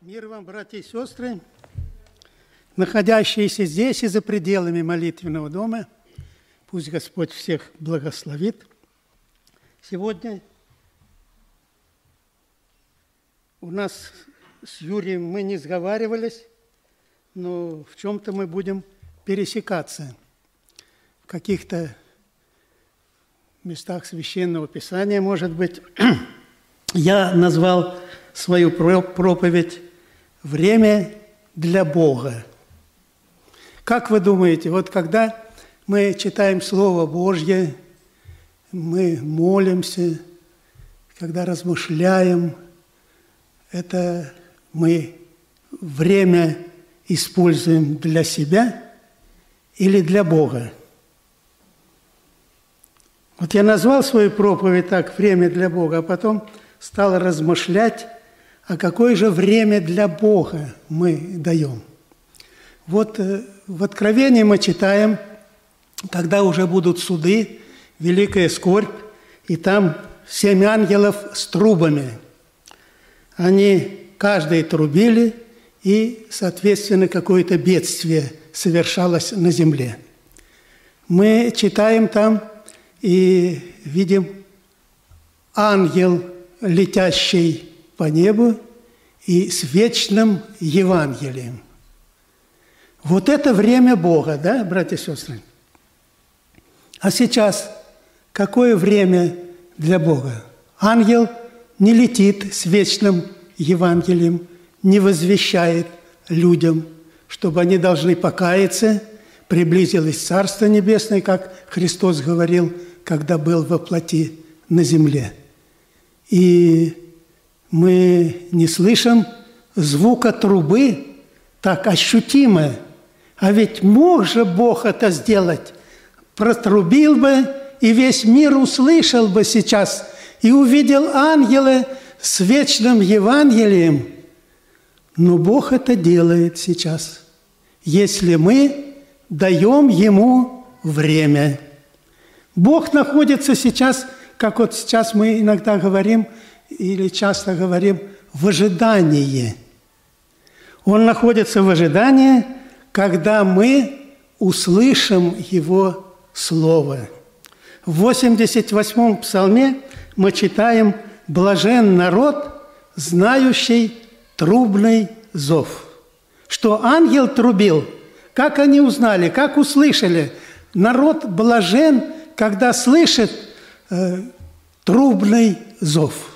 Мир вам, братья и сестры, находящиеся здесь и за пределами молитвенного дома. Пусть Господь всех благословит. Сегодня у нас с Юрием мы не сговаривались, но в чем-то мы будем пересекаться. В каких-то местах Священного Писания, может быть. Я назвал свою проповедь «Время для Бога». Как вы думаете, вот когда мы читаем Слово Божье, мы молимся, когда размышляем, это мы время используем для себя или для Бога? Вот я назвал свою проповедь так «Время для Бога», а потом стал размышлять, а какое же время для Бога мы даем. Вот в Откровении мы читаем, когда уже будут суды, великая скорбь, и там 7 ангелов с трубами. Они каждый трубили, и, соответственно, какое-то бедствие совершалось на земле. Мы читаем там и видим ангел, летящий по небу и с вечным Евангелием. Вот это время Бога, да, братья и сестры? А сейчас какое время для Бога? Ангел не летит с вечным Евангелием, не возвещает людям, чтобы они должны покаяться, приблизилось Царство Небесное, как Христос говорил, когда был во плоти на земле. И мы не слышим звука трубы так ощутимо. А ведь мог же Бог это сделать. Протрубил бы, и весь мир услышал бы сейчас, и увидел ангела с вечным Евангелием. Но Бог это делает сейчас, если мы даем Ему время. Бог находится сейчас, как вот сейчас мы иногда говорим, или часто говорим, в ожидании. Он находится в ожидании, когда мы услышим Его Слово. В 88-м псалме мы читаем «Блажен народ, знающий трубный зов». Что ангел трубил, как они узнали, как услышали. Народ блажен, когда слышит трубный зов.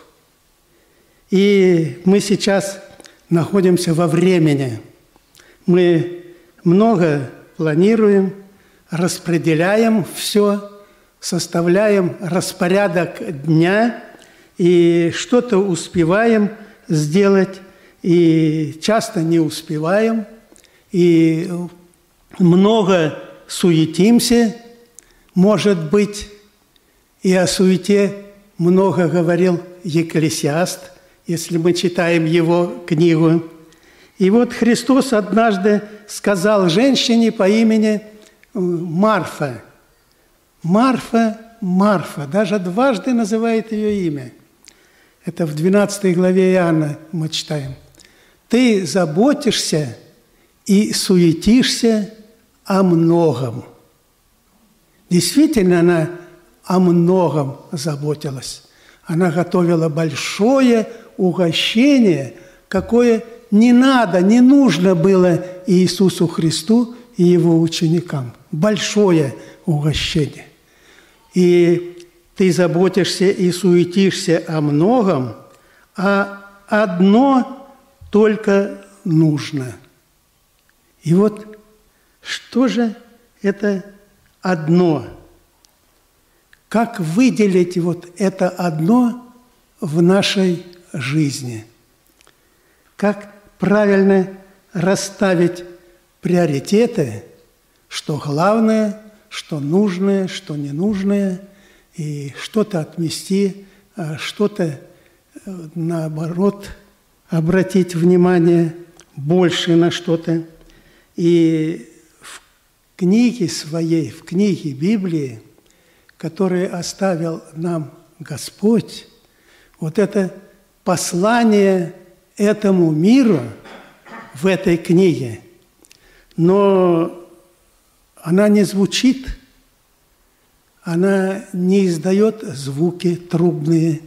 И мы сейчас находимся во времени. Мы много планируем, распределяем все, составляем распорядок дня и что-то успеваем сделать, и часто не успеваем, и много суетимся, может быть, и о суете много говорил Екклесиаст, если мы читаем его книгу. И вот Христос однажды сказал женщине по имени Марфа. Марфа, Марфа, даже дважды называет ее имя. Это в 12 главе Иоанна мы читаем. «Ты заботишься и суетишься о многом». Действительно, она о многом заботилась. Она готовила большое угощение, какое не надо, не нужно было Иисусу Христу и Его ученикам. Большое угощение. И ты заботишься и суетишься о многом, а одно только нужно. И вот что же это одно? Как выделить вот это одно в нашей жизни? Как правильно расставить приоритеты, что главное, что нужное, что ненужное, и что-то отмести, а что-то, наоборот, обратить внимание больше на что-то. И в книге своей, в книге Библии, которую оставил нам Господь, вот это послание этому миру в этой книге, но она не звучит, она не издает звуки трубные.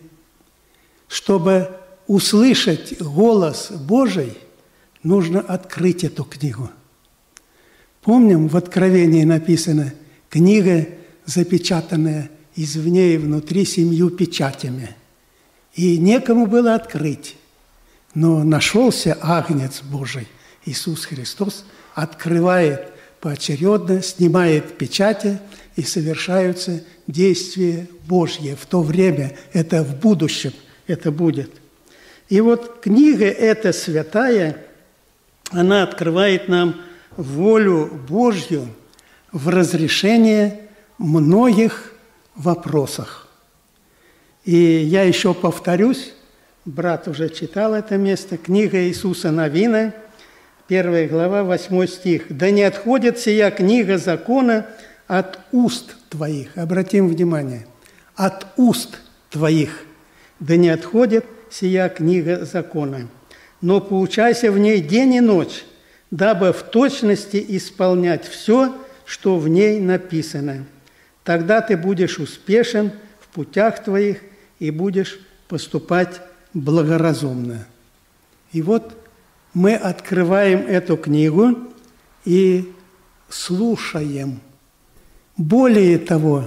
Чтобы услышать голос Божий, нужно открыть эту книгу. Помним, в Откровении написано: книга, запечатанная извне и внутри 7 печатями. И некому было открыть. Но нашелся Агнец Божий, Иисус Христос, открывает поочередно, снимает печати, и совершаются действия Божьи. В то время, это в будущем, это будет. И вот книга эта святая, она открывает нам волю Божью в разрешении многих вопросах. И я еще повторюсь, брат уже читал это место, книга Иисуса Навина, 1 глава, 8 стих. «Да не отходит сия книга закона от уст твоих». Обратим внимание. «От уст твоих, да не отходит сия книга закона. Но поучайся в ней день и ночь, дабы в точности исполнять все, что в ней написано. Тогда ты будешь успешен в путях твоих и будешь поступать благоразумно». И вот мы открываем эту книгу и слушаем. Более того,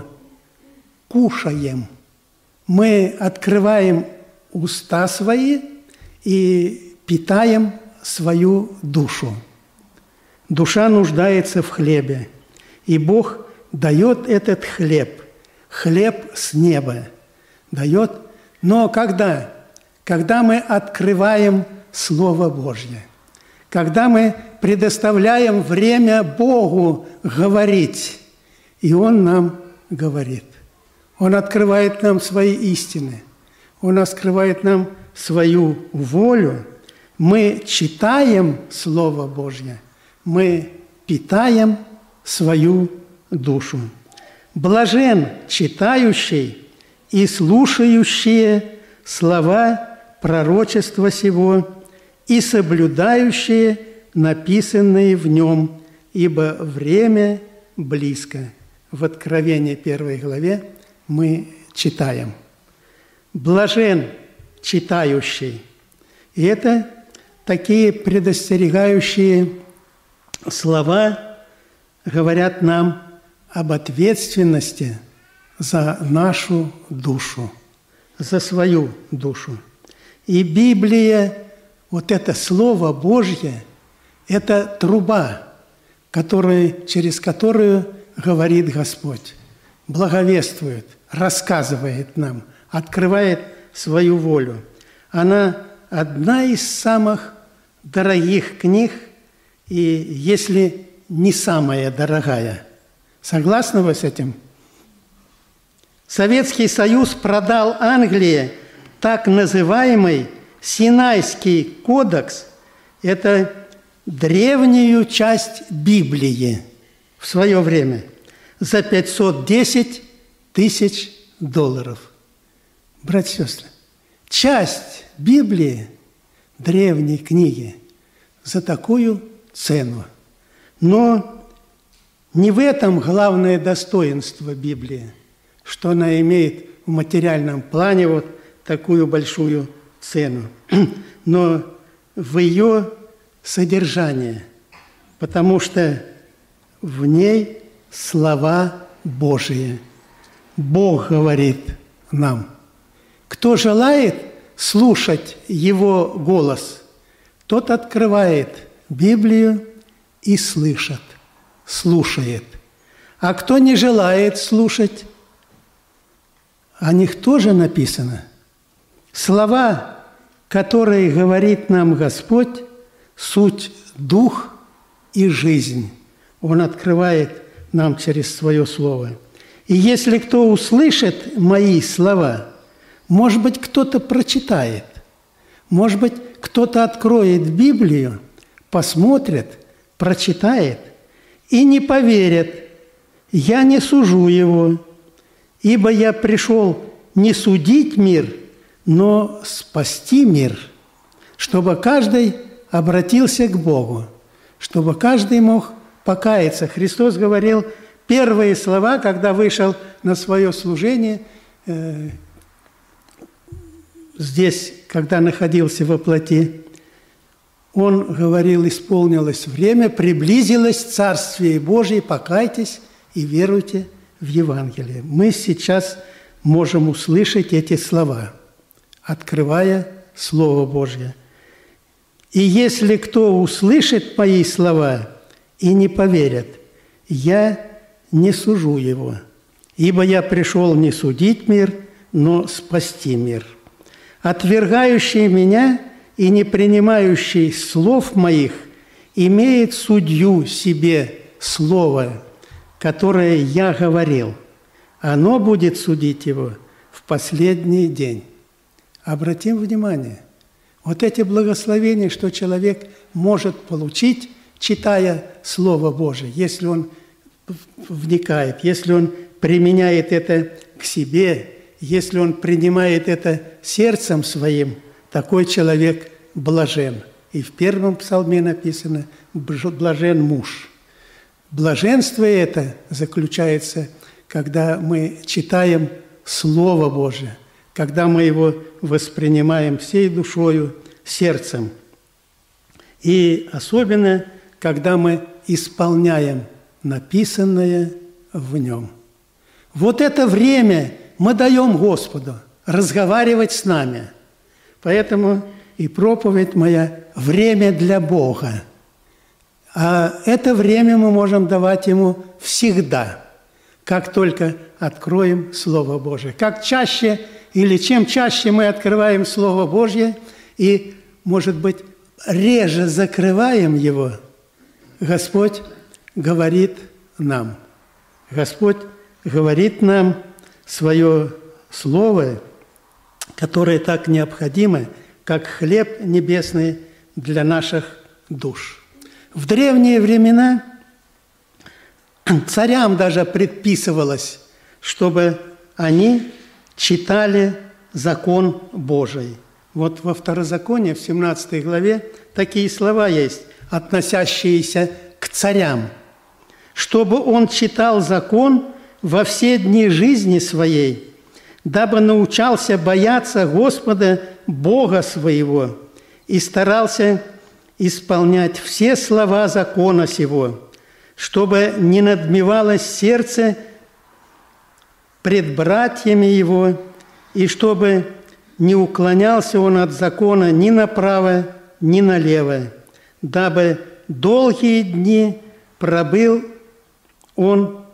кушаем. Мы открываем уста свои и питаем свою душу. Душа нуждается в хлебе, и Бог дает этот хлеб, хлеб с неба дает. Но когда? Когда мы открываем Слово Божье, когда мы предоставляем время Богу говорить, и Он нам говорит. Он открывает нам свои истины, Он открывает нам свою волю. Мы читаем Слово Божье, мы питаем свою душу. Блажен читающий и слушающие слова пророчества сего и соблюдающие написанные в нем, ибо время близко. В Откровении 1 главе мы читаем. Блажен читающий. И это такие предостерегающие слова говорят нам об ответственности за нашу душу, за свою душу. И Библия, вот это Слово Божье, это труба, через которую говорит Господь, благовествует, рассказывает нам, открывает свою волю. Она одна из самых дорогих книг, и если не самая дорогая. Согласны вы с этим? Советский Союз продал Англии так называемый Синайский кодекс. Это древнюю часть Библии в свое время за 510 тысяч долларов. Братья и сестры, часть Библии, древней книги, за такую цену. Но не в этом главное достоинство Библии, что она имеет в материальном плане вот такую большую цену, но в ее содержании, потому что в ней слова Божии. Бог говорит нам. Кто желает слушать Его голос, тот открывает Библию и слышит, слушает. А кто не желает слушать, о них тоже написано. Слова, которые говорит нам Господь, суть дух и жизнь. Он открывает нам через свое слово. И если кто услышит мои слова, может быть, кто-то прочитает, может быть, кто-то откроет Библию, посмотрит, прочитает и не поверит. Я не сужу его, ибо я пришел не судить мир, но спасти мир. чтобы каждый обратился к Богу, чтобы каждый мог покаяться. Христос говорил первые слова, когда вышел на свое служение, здесь, когда находился во плоти, Он говорил: исполнилось время, приблизилось Царствие Божие, покайтесь и веруйте в Евангелие. Мы сейчас можем услышать эти слова, открывая Слово Божье. «И если кто услышит мои слова и не поверит, я не сужу его, ибо я пришел не судить мир, но спасти мир. Отвергающий меня и не принимающий слов моих имеет судью себе слово, которое я говорил. Оно будет судить его в последний день». Обратим внимание, вот эти благословения, что человек может получить, читая Слово Божие, если он вникает, если он применяет это к себе, если он принимает это сердцем своим, такой человек блажен. И в первом псалме написано: «Блажен муж». Блаженство это заключается, когда мы читаем Слово Божие, когда мы его воспринимаем всей душою, сердцем. И особенно, когда мы исполняем написанное в нем. Вот это время мы даем Господу разговаривать с нами. Поэтому и проповедь моя – время для Бога. А это время мы можем давать Ему всегда, как только откроем Слово Божие. Как чаще или чем чаще мы открываем Слово Божье и, может быть, реже закрываем его, Господь говорит нам. Господь говорит нам свое Слово, которое так необходимо, как хлеб небесный для наших душ. В древние времена царям даже предписывалось, чтобы они читали закон Божий. Вот во Второзаконии, в 17 главе, такие слова есть, относящиеся к царям. «Чтобы он читал закон во все дни жизни своей, дабы научался бояться Господа Бога своего и старался исполнять все слова закона сего, чтобы не надмевалось сердце пред братьями его, и чтобы не уклонялся он от закона ни направо, ни налево, дабы долгие дни пробыл он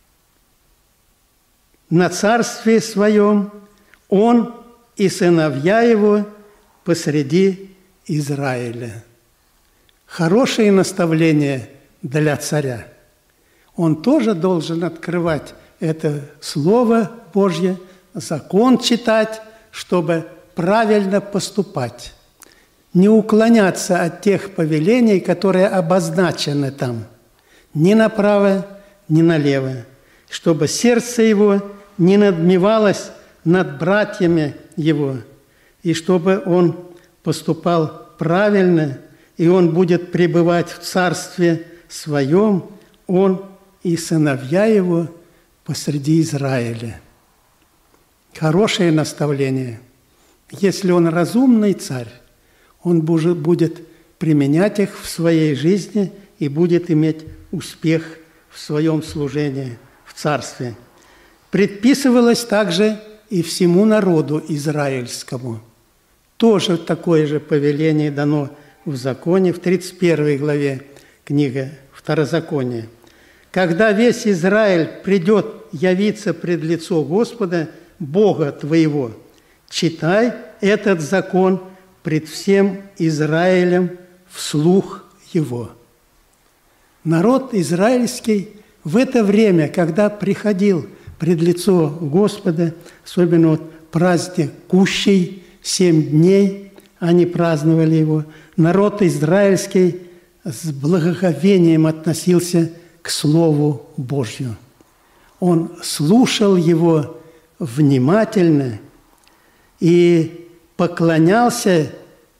на царстве своем, он и сыновья его посреди Израиля». Хорошее наставление для царя. Он тоже должен открывать это Слово Божье, закон читать, чтобы правильно поступать, не уклоняться от тех повелений, которые обозначены там, ни направо, ни налево, чтобы сердце его не надмевалось над братьями его, и чтобы он поступал правильно, и он будет пребывать в царстве своем, он и сыновья его посреди Израиля. Хорошее наставление. Если он разумный царь, он будет применять их в своей жизни и будет иметь успех в своем служении в царстве. Предписывалось также и всему народу израильскому. Тоже такое же повеление дано в законе, в 31 главе книги Второзакония. «Когда весь Израиль придет явиться пред лицо Господа, Бога твоего, читай этот закон пред всем Израилем вслух его». Народ израильский в это время, когда приходил пред лицо Господа, особенно вот праздник Кущей, 7 дней они праздновали его, народ израильский с благоговением относился к Слову Божью. Он слушал его внимательно и поклонялся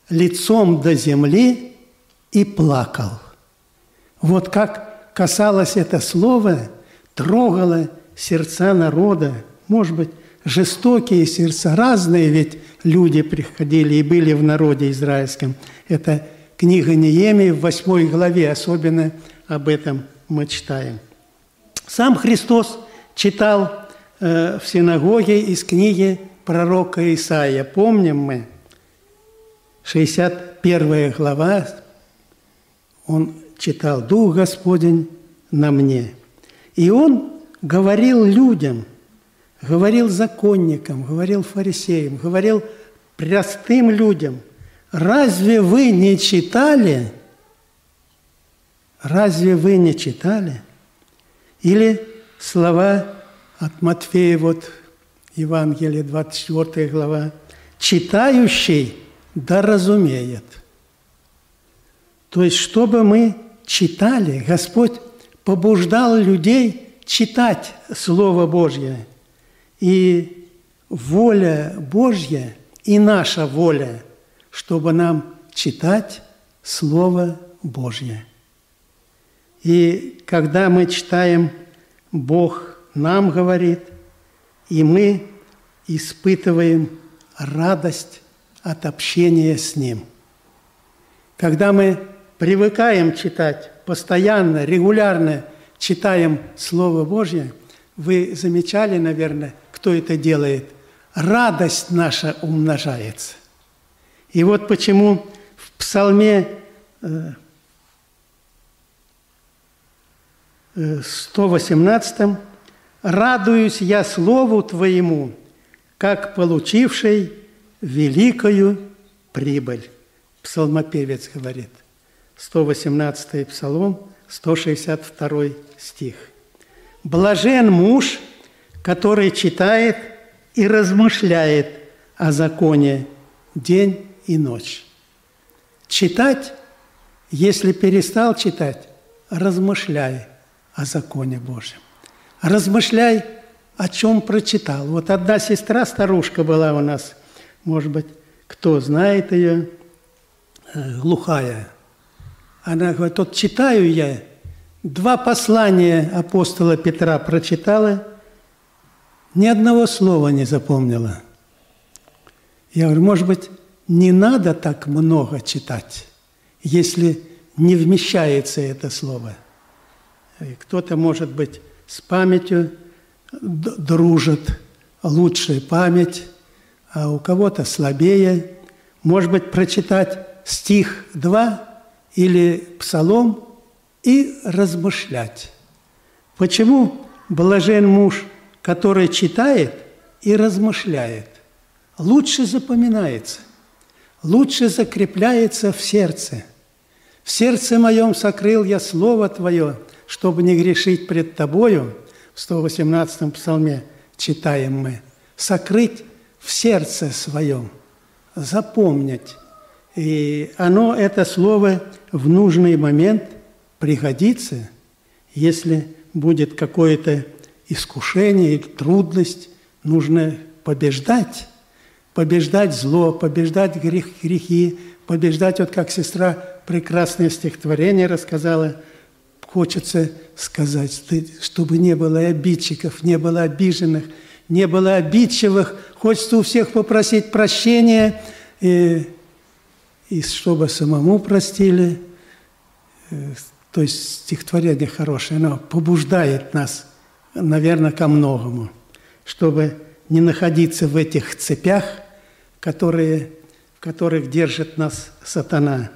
лицом до земли и плакал. Вот как касалось это слово, трогало сердца народа. Может быть, жестокие сердца, разные ведь люди приходили и были в народе израильском. Это книга Неемии в 8 главе, особенно об этом мы читаем. Сам Христос читал в синагоге из книги пророка Исаия. Помним мы, 61 глава, он читал: «Дух Господень на мне». И он говорил людям, говорил законникам, говорил фарисеям, говорил простым людям: разве вы не читали? Разве вы не читали? Или слова от Матфея, вот Евангелие, 24 глава: «Читающий да разумеет». То есть, чтобы мы читали, Господь побуждал людей читать Слово Божье. И воля Божья, и наша воля, чтобы нам читать Слово Божье. И когда мы читаем, Бог нам говорит, и мы испытываем радость от общения с Ним. Когда мы привыкаем читать, постоянно, регулярно читаем Слово Божье, вы замечали, наверное, кто это делает? Радость наша умножается. И вот почему в Псалме 118 «Радуюсь я Слову Твоему, как получивший великую прибыль». Псалмопевец говорит. 118-й Псалом, 162 стих. «Блажен муж, который читает и размышляет о законе день и ночь». Читать, если перестал читать, размышляй о законе Божьем. Размышляй, о чем прочитал. Вот одна сестра, старушка была у нас, может быть, кто знает ее, глухая. Она говорит: вот читаю я, 2 послания апостола Петра прочитала, ни одного слова не запомнила. Я говорю: может быть, не надо так много читать, если не вмещается это слово. И кто-то, может быть, с памятью дружит, лучшая память, а у кого-то слабее. Может быть, прочитать стих 2 или псалом и размышлять. Почему блажен муж, который читает и размышляет? Лучше запоминается, лучше закрепляется в сердце. «В сердце моем сокрыл я Слово Твое, чтобы не грешить пред Тобою». В 118-м псалме читаем мы. Сокрыть в сердце своем, запомнить. И оно, это слово, в нужный момент пригодится, если будет какое-то искушение или трудность, нужно побеждать. Побеждать зло, побеждать грехи, побеждать, вот как сестра прекрасное стихотворение рассказала. Хочется сказать, чтобы не было обидчиков, не было обиженных, не было обидчивых. Хочется у всех попросить прощения, и чтобы самому простили. То есть стихотворение хорошее, оно побуждает нас, наверное, ко многому, чтобы не находиться в этих цепях, в которых держит нас сатана,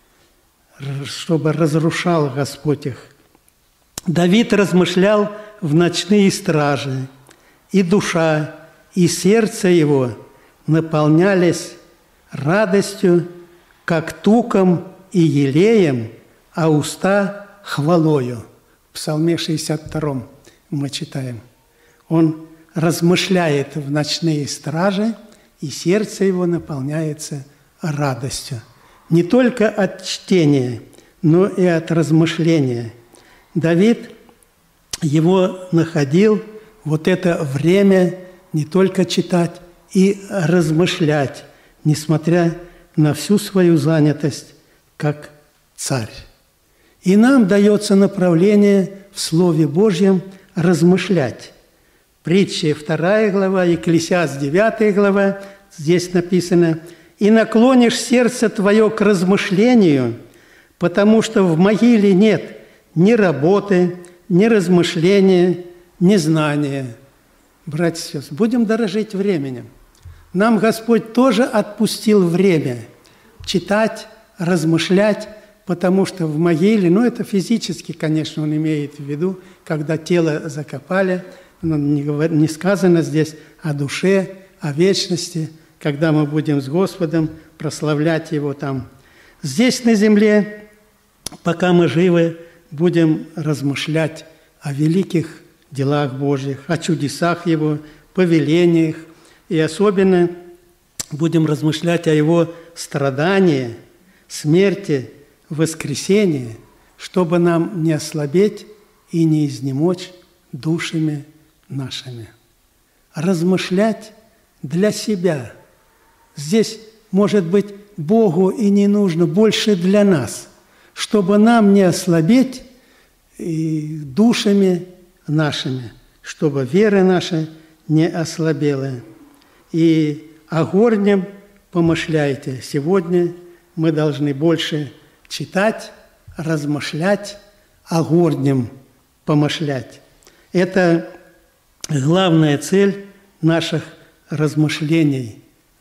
чтобы разрушал Господь их. Давид размышлял в ночные стражи, и душа, и сердце его наполнялись радостью, как туком и елеем, а уста – хвалою. В Псалме 62 мы читаем. Он размышляет в ночные стражи, и сердце его наполняется радостью. Не только от чтения, но и от размышления. Давид его находил, вот это время, не только читать и размышлять, несмотря на всю свою занятость как царь. И нам дается направление в Слове Божьем размышлять. Притчи 2 глава, Екклесиаст 9 глава, здесь написано: «И наклонишь сердце твое к размышлению, потому что в могиле нет ни работы, ни размышления, ни знания». Братья и сестры, будем дорожить временем. Нам Господь тоже отпустил время читать, размышлять, потому что в могиле, это физически, конечно, он имеет в виду, когда тело закопали, но не сказано здесь о душе, о вечности, когда мы будем с Господом прославлять Его там. Здесь на земле, пока мы живы, будем размышлять о великих делах Божьих, о чудесах Его, повелениях, и особенно будем размышлять о Его страдании, смерти, воскресении, чтобы нам не ослабеть и не изнемочь душами нашими. Размышлять для себя. Здесь, может быть, Богу и не нужно, больше для нас, чтобы нам не ослабеть и душами нашими, чтобы вера наша не ослабела. И о горнем помышляйте. Сегодня мы должны больше читать, размышлять, о горнем помышлять. Это главная цель наших размышлений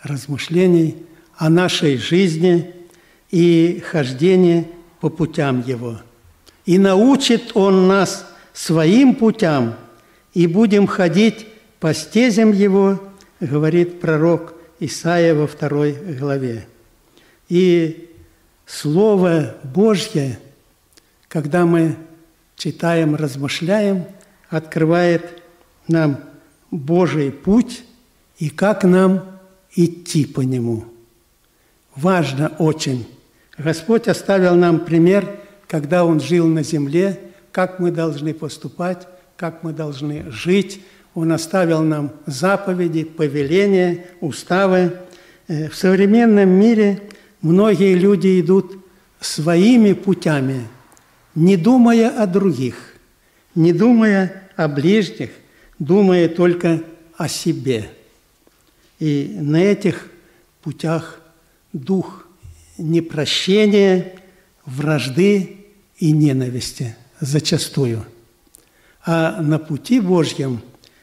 о нашей жизни и хождении по путям Его. И научит Он нас своим путям, и будем ходить по стезям Его, говорит пророк Исаия во 2 главе. И Слово Божье, когда мы читаем, размышляем, открывает нам Божий путь и как нам идти по нему. Важно очень. Господь оставил нам пример, когда Он жил на земле, как мы должны поступать, как мы должны жить. Он оставил нам заповеди, повеления, уставы. В современном мире многие люди идут своими путями, не думая о других, не думая о ближних, думая только о себе. И на этих путях дух непрощения, вражды и ненависти зачастую. А на пути Божьем,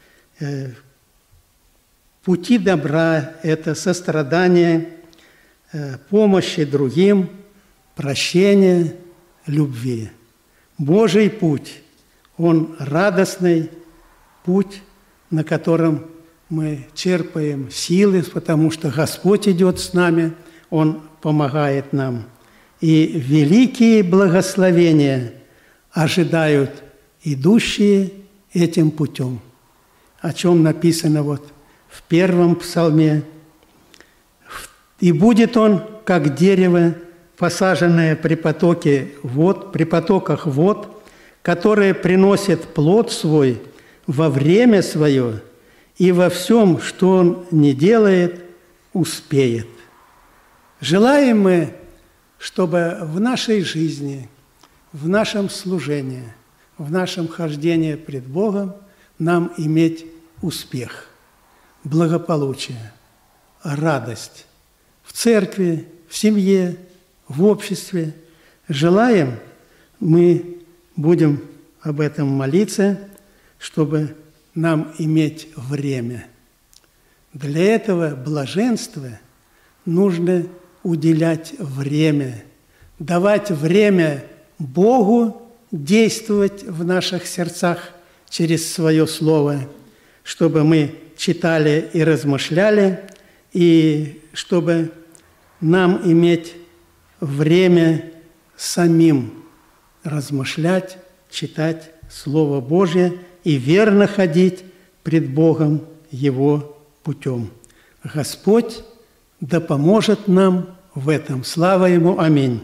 пути добра – это сострадание, помощи другим, прощение, любви. Божий путь, он радостный путь, на котором мы черпаем силы, потому что Господь идет с нами, Он помогает нам. И великие благословения ожидают идущие этим путем, о чем написано в 1 псалме. «И будет он, как дерево, посаженное при потоках вод, которое приносит плод свой во время свое, и во всем, что он не делает, успеет». Желаем мы, чтобы в нашей жизни, в нашем служении, в нашем хождении пред Богом нам иметь успех, благополучие, радость в церкви, в семье, в обществе. Желаем, мы будем об этом молиться, чтобы нам иметь время. Для этого блаженства нужно уделять время, давать время Богу действовать в наших сердцах через свое Слово, чтобы мы читали и размышляли, и чтобы нам иметь время самим размышлять, читать Слово Божье и верно ходить пред Богом Его путем. Господь да поможет нам в этом. Слава Ему. Аминь.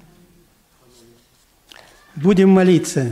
Будем молиться.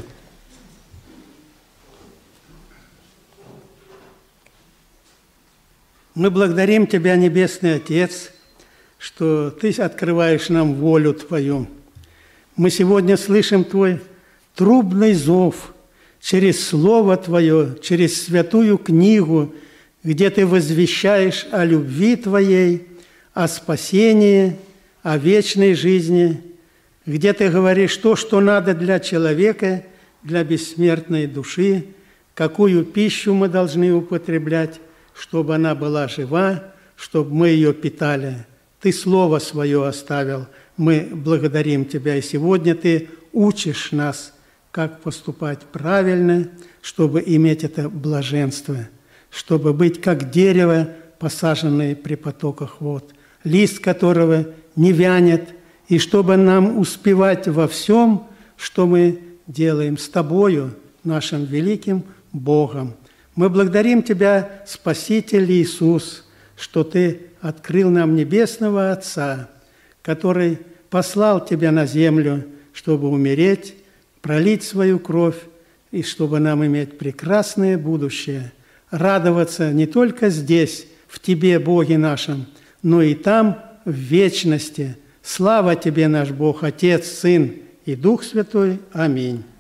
Мы благодарим Тебя, Небесный Отец, что Ты открываешь нам волю Твою. Мы сегодня слышим Твой трубный зов через Слово Твое, через святую книгу, где Ты возвещаешь о любви Твоей, о спасении, о вечной жизни, где Ты говоришь то, что надо для человека, для бессмертной души, какую пищу мы должны употреблять, чтобы она была жива, чтобы мы ее питали. Ты Слово Свое оставил, мы благодарим Тебя, и сегодня Ты учишь нас, как поступать правильно, чтобы иметь это блаженство, чтобы быть как дерево, посаженное при потоках вод, лист которого не вянет, и чтобы нам успевать во всем, что мы делаем с Тобою, нашим великим Богом. Мы благодарим Тебя, Спаситель Иисус, что Ты открыл нам Небесного Отца, который послал Тебя на землю, чтобы умереть, пролить свою кровь, и чтобы нам иметь прекрасное будущее, радоваться не только здесь, в Тебе, Боге нашем, но и там, в вечности. Слава Тебе, наш Бог, Отец, Сын и Дух Святой. Аминь.